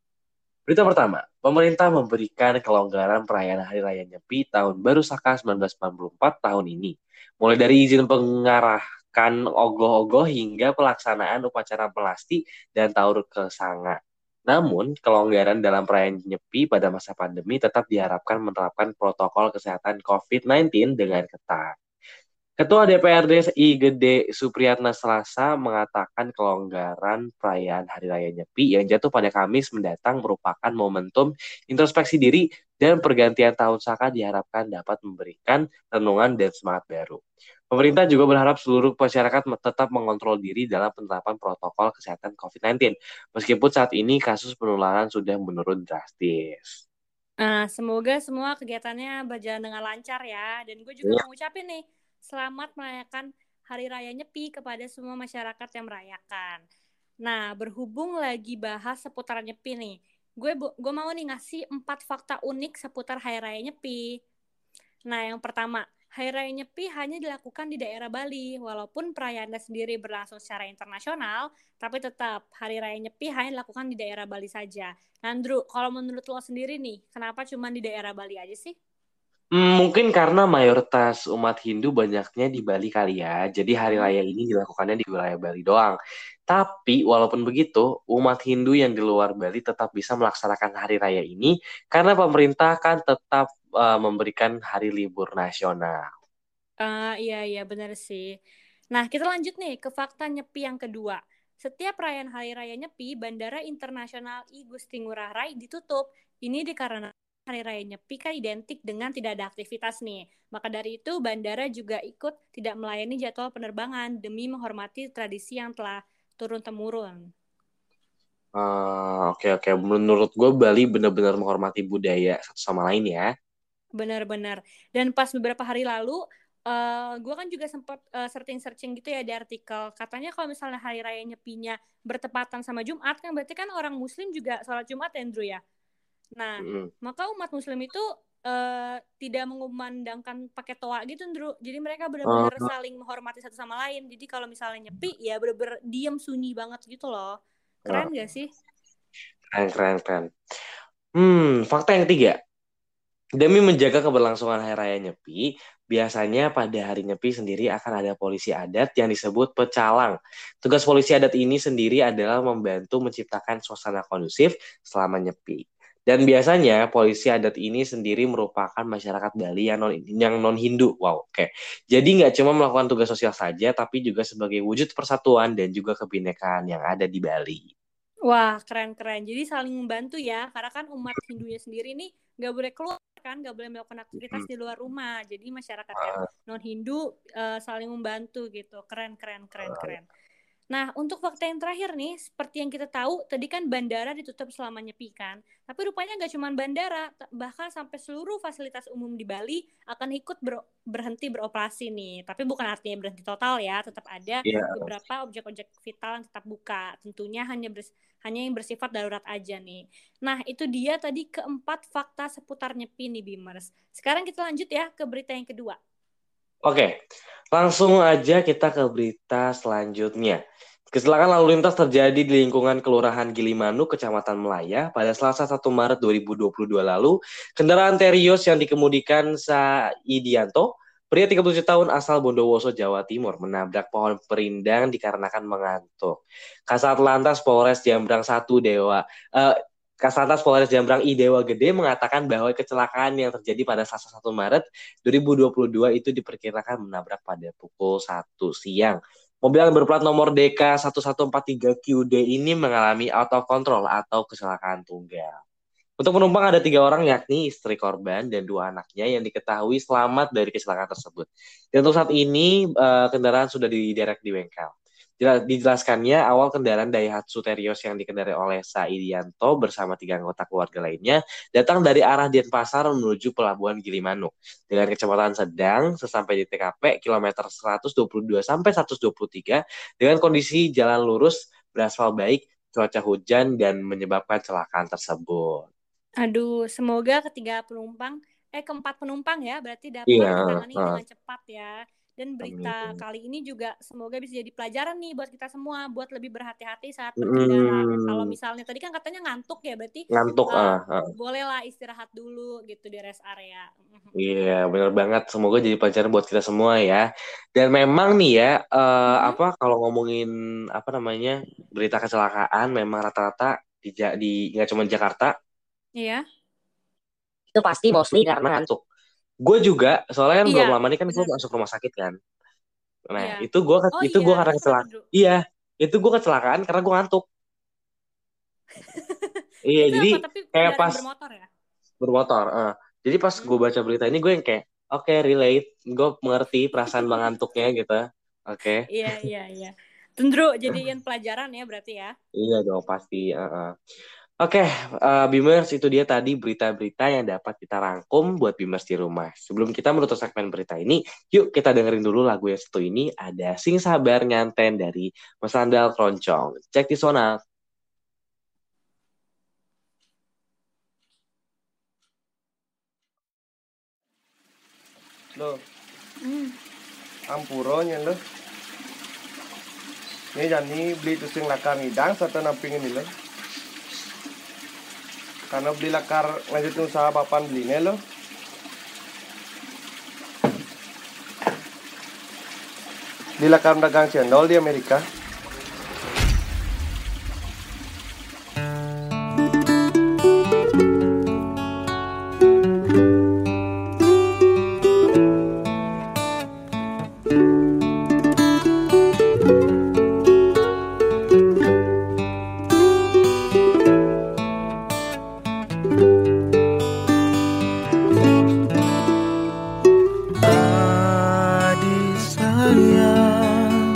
Berita pertama, pemerintah memberikan kelonggaran perayaan Hari Raya Nyepi Tahun Baru Saka seribu sembilan ratus sembilan puluh empat tahun ini. Mulai dari izin pengarahkan ogoh-ogoh hingga pelaksanaan upacara pelasti dan taur kesanga. Namun, kelonggaran dalam perayaan Nyepi pada masa pandemi tetap diharapkan menerapkan protokol kesehatan covid sembilan belas dengan ketat. Ketua D P R D I Gede Supriyatna Selasa mengatakan kelonggaran perayaan Hari Raya Nyepi yang jatuh pada Kamis mendatang merupakan momentum introspeksi diri dan pergantian tahun Saka diharapkan dapat memberikan renungan dan semangat baru. Pemerintah juga berharap seluruh masyarakat tetap mengontrol diri dalam penerapan protokol kesehatan covid sembilan belas, meskipun saat ini kasus penularan sudah menurun drastis. Nah, semoga semua kegiatannya berjalan dengan lancar ya. Dan gue juga Ya. mau ngucapin nih, selamat merayakan Hari Raya Nyepi kepada semua masyarakat yang merayakan. Nah, berhubung lagi bahas seputar Nyepi nih, gue gue mau nih ngasih empat fakta unik seputar Hari Raya Nyepi. Nah, yang pertama, Hari Raya Nyepi hanya dilakukan di daerah Bali. Walaupun perayaannya sendiri berlangsung secara internasional, tapi tetap Hari Raya Nyepi hanya dilakukan di daerah Bali saja. Nah, Andrew, kalau menurut lo sendiri nih, kenapa cuma di daerah Bali aja sih? Hmm, mungkin karena mayoritas umat Hindu banyaknya di Bali kali ya. Jadi hari raya ini dilakukannya di wilayah Bali doang. Tapi walaupun begitu, umat Hindu yang di luar Bali tetap bisa melaksanakan hari raya ini karena pemerintah kan tetap uh, memberikan hari libur nasional. Uh, iya, iya benar sih. Nah, kita lanjut nih ke fakta Nyepi yang kedua. Setiap perayaan Hari Raya Nyepi, Bandara Internasional I Gusti Ngurah Rai ditutup. Ini dikarenakan Hari Raya Nyepi kan identik dengan tidak ada aktivitas nih. Maka dari itu, bandara juga ikut tidak melayani jadwal penerbangan demi menghormati tradisi yang telah turun-temurun. Uh, Oke, oke. Menurut gue Bali benar-benar menghormati budaya satu sama lain ya. Benar-benar. Dan pas beberapa hari lalu, Uh, gue kan juga sempat uh, searching-searching gitu ya di artikel. Katanya kalau misalnya Hari Raya Nyepinya bertepatan sama Jumat, kan berarti kan orang Muslim juga sholat Jumat ya, Andrew ya. Nah, mm-hmm. maka umat Muslim itu uh, tidak mengumandangkan pakai toa gitu, Andrew. Jadi mereka benar-benar uh. saling menghormati satu sama lain. Jadi kalau misalnya nyepi, ya benar-benar diam sunyi banget gitu loh. Keren uh. gak sih? Keren, keren, keren. Hmm, fakta yang ketiga. Demi menjaga keberlangsungan Hari Raya Nyepi, biasanya pada hari Nyepi sendiri akan ada polisi adat yang disebut pecalang. Tugas polisi adat ini sendiri adalah membantu menciptakan suasana kondusif selama Nyepi. Dan biasanya polisi adat ini sendiri merupakan masyarakat Bali yang non yang non Hindu. Wow, oke. Okay. Jadi nggak cuma melakukan tugas sosial saja, tapi juga sebagai wujud persatuan dan juga kebinekaan yang ada di Bali. Wah, keren-keren. Jadi saling membantu ya, karena kan umat Hindunya sendiri nih nggak boleh keluar kan, nggak boleh melakukan aktivitas di luar rumah. Jadi masyarakat yang non-Hindu uh, saling membantu gitu. Keren, keren, keren, keren. Nah, untuk fakta yang terakhir nih, seperti yang kita tahu, tadi kan bandara ditutup selama Nyepi kan. Tapi rupanya nggak cuma bandara, bahkan sampai seluruh fasilitas umum di Bali akan ikut ber- berhenti beroperasi nih. Tapi bukan artinya berhenti total ya, tetap ada yeah. beberapa objek-objek vital yang tetap buka. Tentunya hanya bers- hanya yang bersifat darurat aja nih. Nah, itu dia tadi keempat fakta seputar Nyepi nih, Bimers. Sekarang kita lanjut ya ke berita yang kedua. Oke, langsung aja kita ke berita selanjutnya. Kecelakaan lalu lintas terjadi di lingkungan Kelurahan Gilimanuk, Kecamatan Melaya pada Selasa satu Maret dua ribu dua puluh dua lalu. Kendaraan Terios yang dikemudikan Saidianto, pria tiga puluh tujuh tahun asal Bondowoso, Jawa Timur, menabrak pohon perindang dikarenakan mengantuk. Kasat Lantas Polres Jambrang satu Dewa... Uh, Kasatlantas Polres Jambrang I Dewa Gede mengatakan bahwa kecelakaan yang terjadi pada Selasa satu Maret dua ribu dua puluh dua itu diperkirakan menabrak pada pukul satu siang. Mobil yang berplat nomor D K satu satu empat tiga Q D ini mengalami auto control atau kecelakaan tunggal. Untuk penumpang ada tiga orang, yakni istri korban dan dua anaknya yang diketahui selamat dari kecelakaan tersebut. Dan untuk saat ini kendaraan sudah diderek di bengkel. Dijelaskannya, awal kendaraan Daihatsu Terios yang dikendarai oleh Saidianto bersama tiga anggota keluarga lainnya datang dari arah Denpasar menuju Pelabuhan Gilimanuk dengan kecepatan sedang sesampai di T K P kilometer seratus dua puluh dua sampai seratus dua puluh tiga dengan kondisi jalan lurus beraspal baik cuaca hujan dan menyebabkan kecelakaan tersebut. Aduh, semoga ketiga penumpang, eh keempat penumpang ya, berarti dapat Iya, ditangani uh, dengan cepat ya. Dan berita amin. kali ini juga semoga bisa jadi pelajaran nih buat kita semua, buat lebih berhati-hati saat berkendara. Kalau Mm, misalnya tadi kan katanya ngantuk ya, berarti ngantuk, uh, ah, ah. bolehlah istirahat dulu gitu di rest area. Iya, benar banget. Semoga jadi pelajaran buat kita semua ya. Dan memang nih ya, eh, Mhm. apa kalau ngomongin apa namanya berita kecelakaan, memang rata-rata di Ja- di nggak cuma Jakarta Iya. itu pasti mostly karena ngantuk. Gue juga, soalnya kan belum Iya, lama ini kan gue benar. masuk rumah sakit kan. Nah, Iya. itu gue Oh itu gue iya, karena lu kenapa, kecelakaan. Dru? Iya, itu gue kecelakaan karena gue ngantuk. Iya, Itu jadi apa? Tapi kayak kendaraan pas bermotor ya? bermotor. eh. Jadi pas Hmm. gue baca berita ini gue yang kayak, oke relate, gue mengerti perasaan bang ngantuknya gitu. Oke. Iya, iya, iya. Tundru jadiin pelajaran ya berarti ya. Iya dong pasti. uh-uh. Oke, uh, Bimers itu dia tadi berita-berita yang dapat kita rangkum buat Bimers di rumah. Sebelum kita menutup segmen berita ini, yuk kita dengerin dulu lagu yang satu ini. Ada Sing Sabar Nganten dari Mas Andal Kroncong. Cek di zona. Lo, Hmm. ampuronya lo. Ini jani beli tu sing lakar ngidang satu namping ini lo. Karena beli lakar ngajitin usaha papan belinya lo. Di lakar dagang cendol di Amerika. Adik sayang,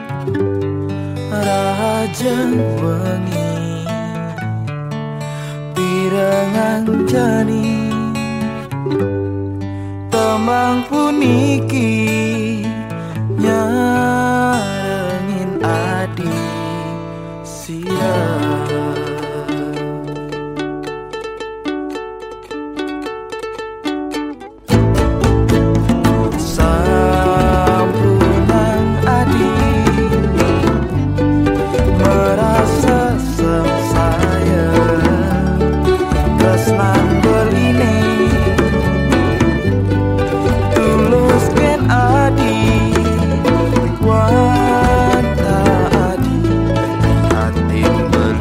Rajan wengi pirengan jani temang puniki nyarengin adi sirah. Sampunan adi merasa sengsaya kesnan beline tulus ken adi wanta adi hati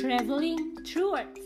Traveling Through Words.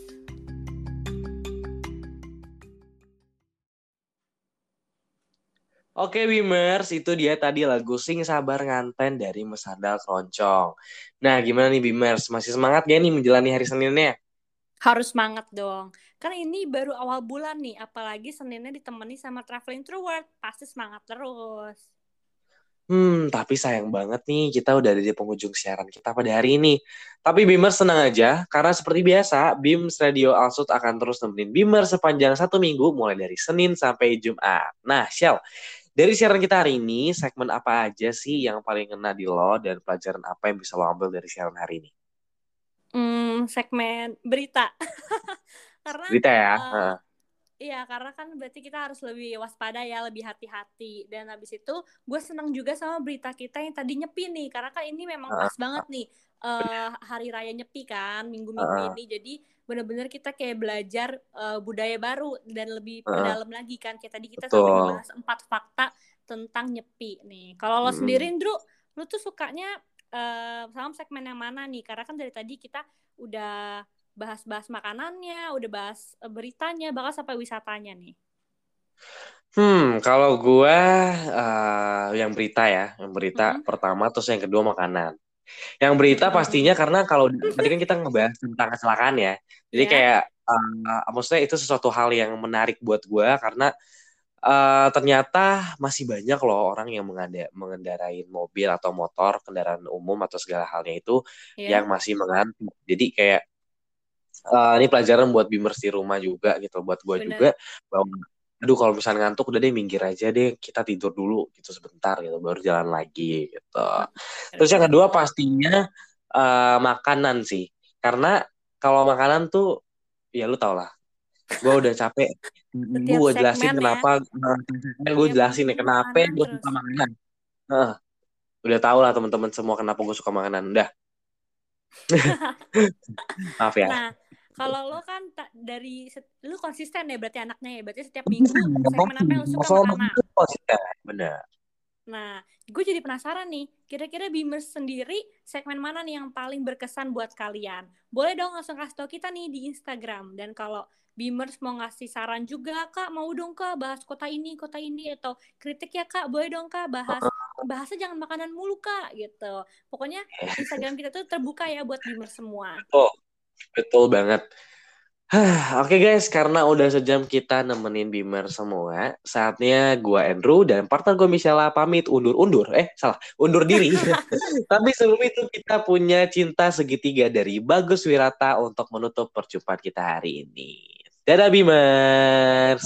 Oke Bimers, itu dia tadi lagu Sing Sabar Nganten dari Mesandal Keroncong. Nah, gimana nih Bimers? Masih semangat gak nih menjalani hari Seninnya? Harus semangat dong. Karena ini baru awal bulan nih, apalagi Seninnya ditemani sama Traveling Through Words. Pasti semangat terus. Hmm, tapi sayang banget nih kita udah ada di penghujung siaran kita pada hari ini. Tapi Bimers senang aja, karena seperti biasa, Bims Radio Alsut akan terus nemenin Bimers sepanjang satu minggu, mulai dari Senin sampai Jumat. Nah, Shell, dari siaran kita hari ini, segmen apa aja sih yang paling ngena di lo dan pelajaran apa yang bisa lo ambil dari siaran hari ini? Hmm, segmen berita. Karena Berita ya? uh, Uh. Iya, karena kan berarti kita harus lebih waspada ya, lebih hati-hati. Dan habis itu gue senang juga sama berita kita yang tadi Nyepi nih. Karena kan ini memang pas uh. banget nih uh, hari raya Nyepi kan, minggu-minggu uh. ini. Jadi benar-benar kita kayak belajar uh, budaya baru dan lebih uh. perdalam lagi kan. Kayak tadi kita Betul. sampai ngebahas empat fakta tentang Nyepi nih. Kalau lo hmm. sendiri, Ndru, lo tuh sukanya uh, sama segmen yang mana nih? Karena kan dari tadi kita udah bahas-bahas makanannya, udah bahas beritanya, bahkan sampai wisatanya nih. Hmm, kalau gue uh, yang berita ya, yang berita mm-hmm. pertama, terus yang kedua makanan. Yang berita mm-hmm. pastinya karena kalau tadi kan kita ngebahas tentang kecelakaan ya, jadi yeah. kayak uh, maksudnya itu sesuatu hal yang menarik buat gue karena uh, ternyata masih banyak loh orang yang mengada- mengendarain mobil atau motor, kendaraan umum atau segala halnya itu yeah. yang masih mengantuk. Jadi kayak Uh, ini pelajaran buat Bimers di rumah juga gitu, buat gue juga bahwa aduh kalau misalnya ngantuk udah deh minggir aja deh, kita tidur dulu gitu sebentar gitu baru jalan lagi gitu. Terus yang kedua pastinya uh, makanan sih, karena kalau makanan tuh ya lu tau lah, gue udah capek gue jelasin kenapa ya. gue jelasin nih kenapa gue suka makanan. Uh, udah tau lah teman-teman semua kenapa gue suka makanan, udah. Maaf ya. Nah, kalau lo kan ta- dari lu konsisten ya berarti anaknya ya, berarti setiap minggu segmen apa yang lo suka makanan. Konsisten, benar. Nah, gue jadi penasaran nih, kira-kira Bimers sendiri segmen mana nih yang paling berkesan buat kalian? Boleh dong langsung kasih tau kita nih di Instagram. Dan kalau Bimers mau ngasih saran juga, Kak, mau dong Kak bahas kota ini, kota ini, atau kritik ya Kak, boleh dong Kak bahas, bahasnya jangan makanan mulu Kak, gitu. Pokoknya Instagram kita tuh terbuka ya buat Bimers semua. Oh. Betul banget. Oke okay guys, karena udah sejam kita nemenin Bimer semua, saatnya gue Andrew dan partner gue Michela pamit undur-undur. Eh, salah, undur diri. Tapi sebelum itu kita punya Cinta Segitiga dari Bagus Wirata untuk menutup perjumpaan kita hari ini. Dadah Bimers.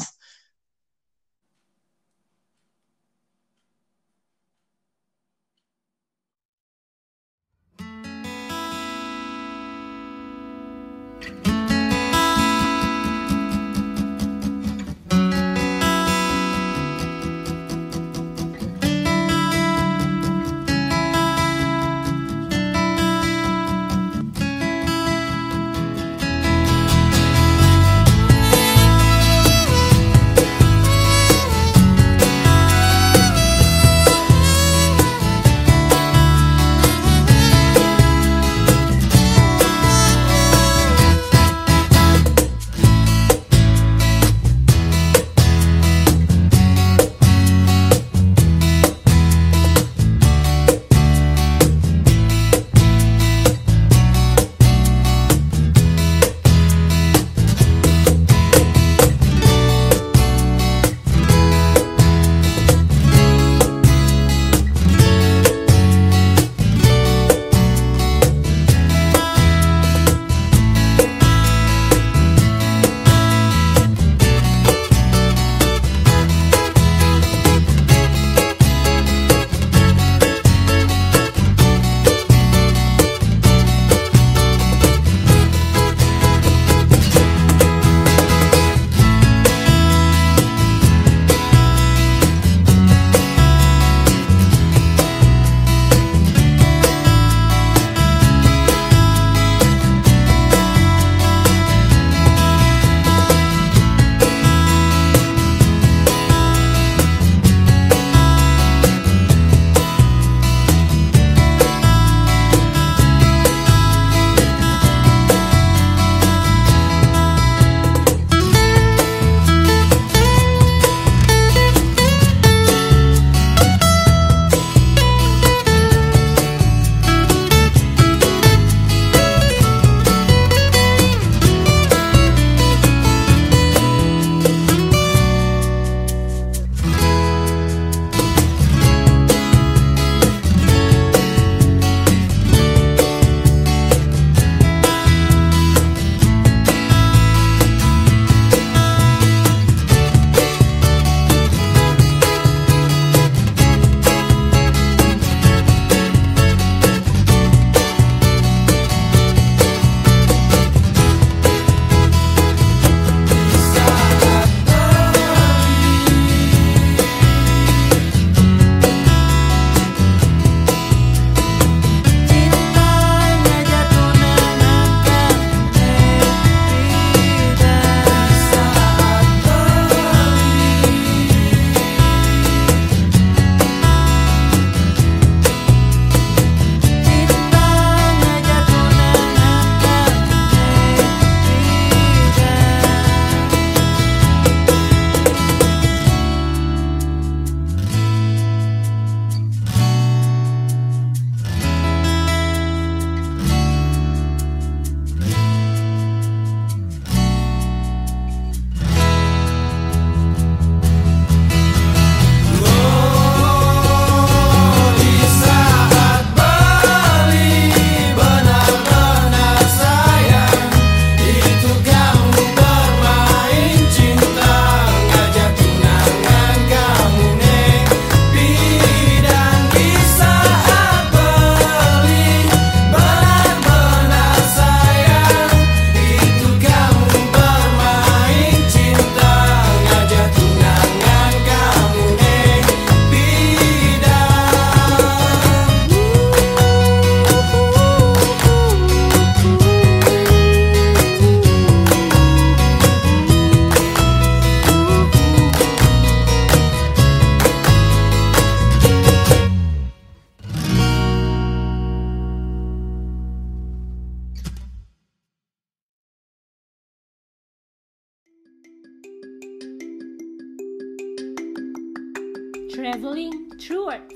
Traveling Through Words.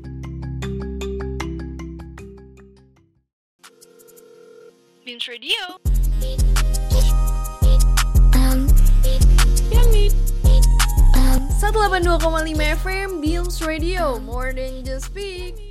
Beams Radio. seratus delapan puluh dua koma lima F M Beams Radio, more than just speak.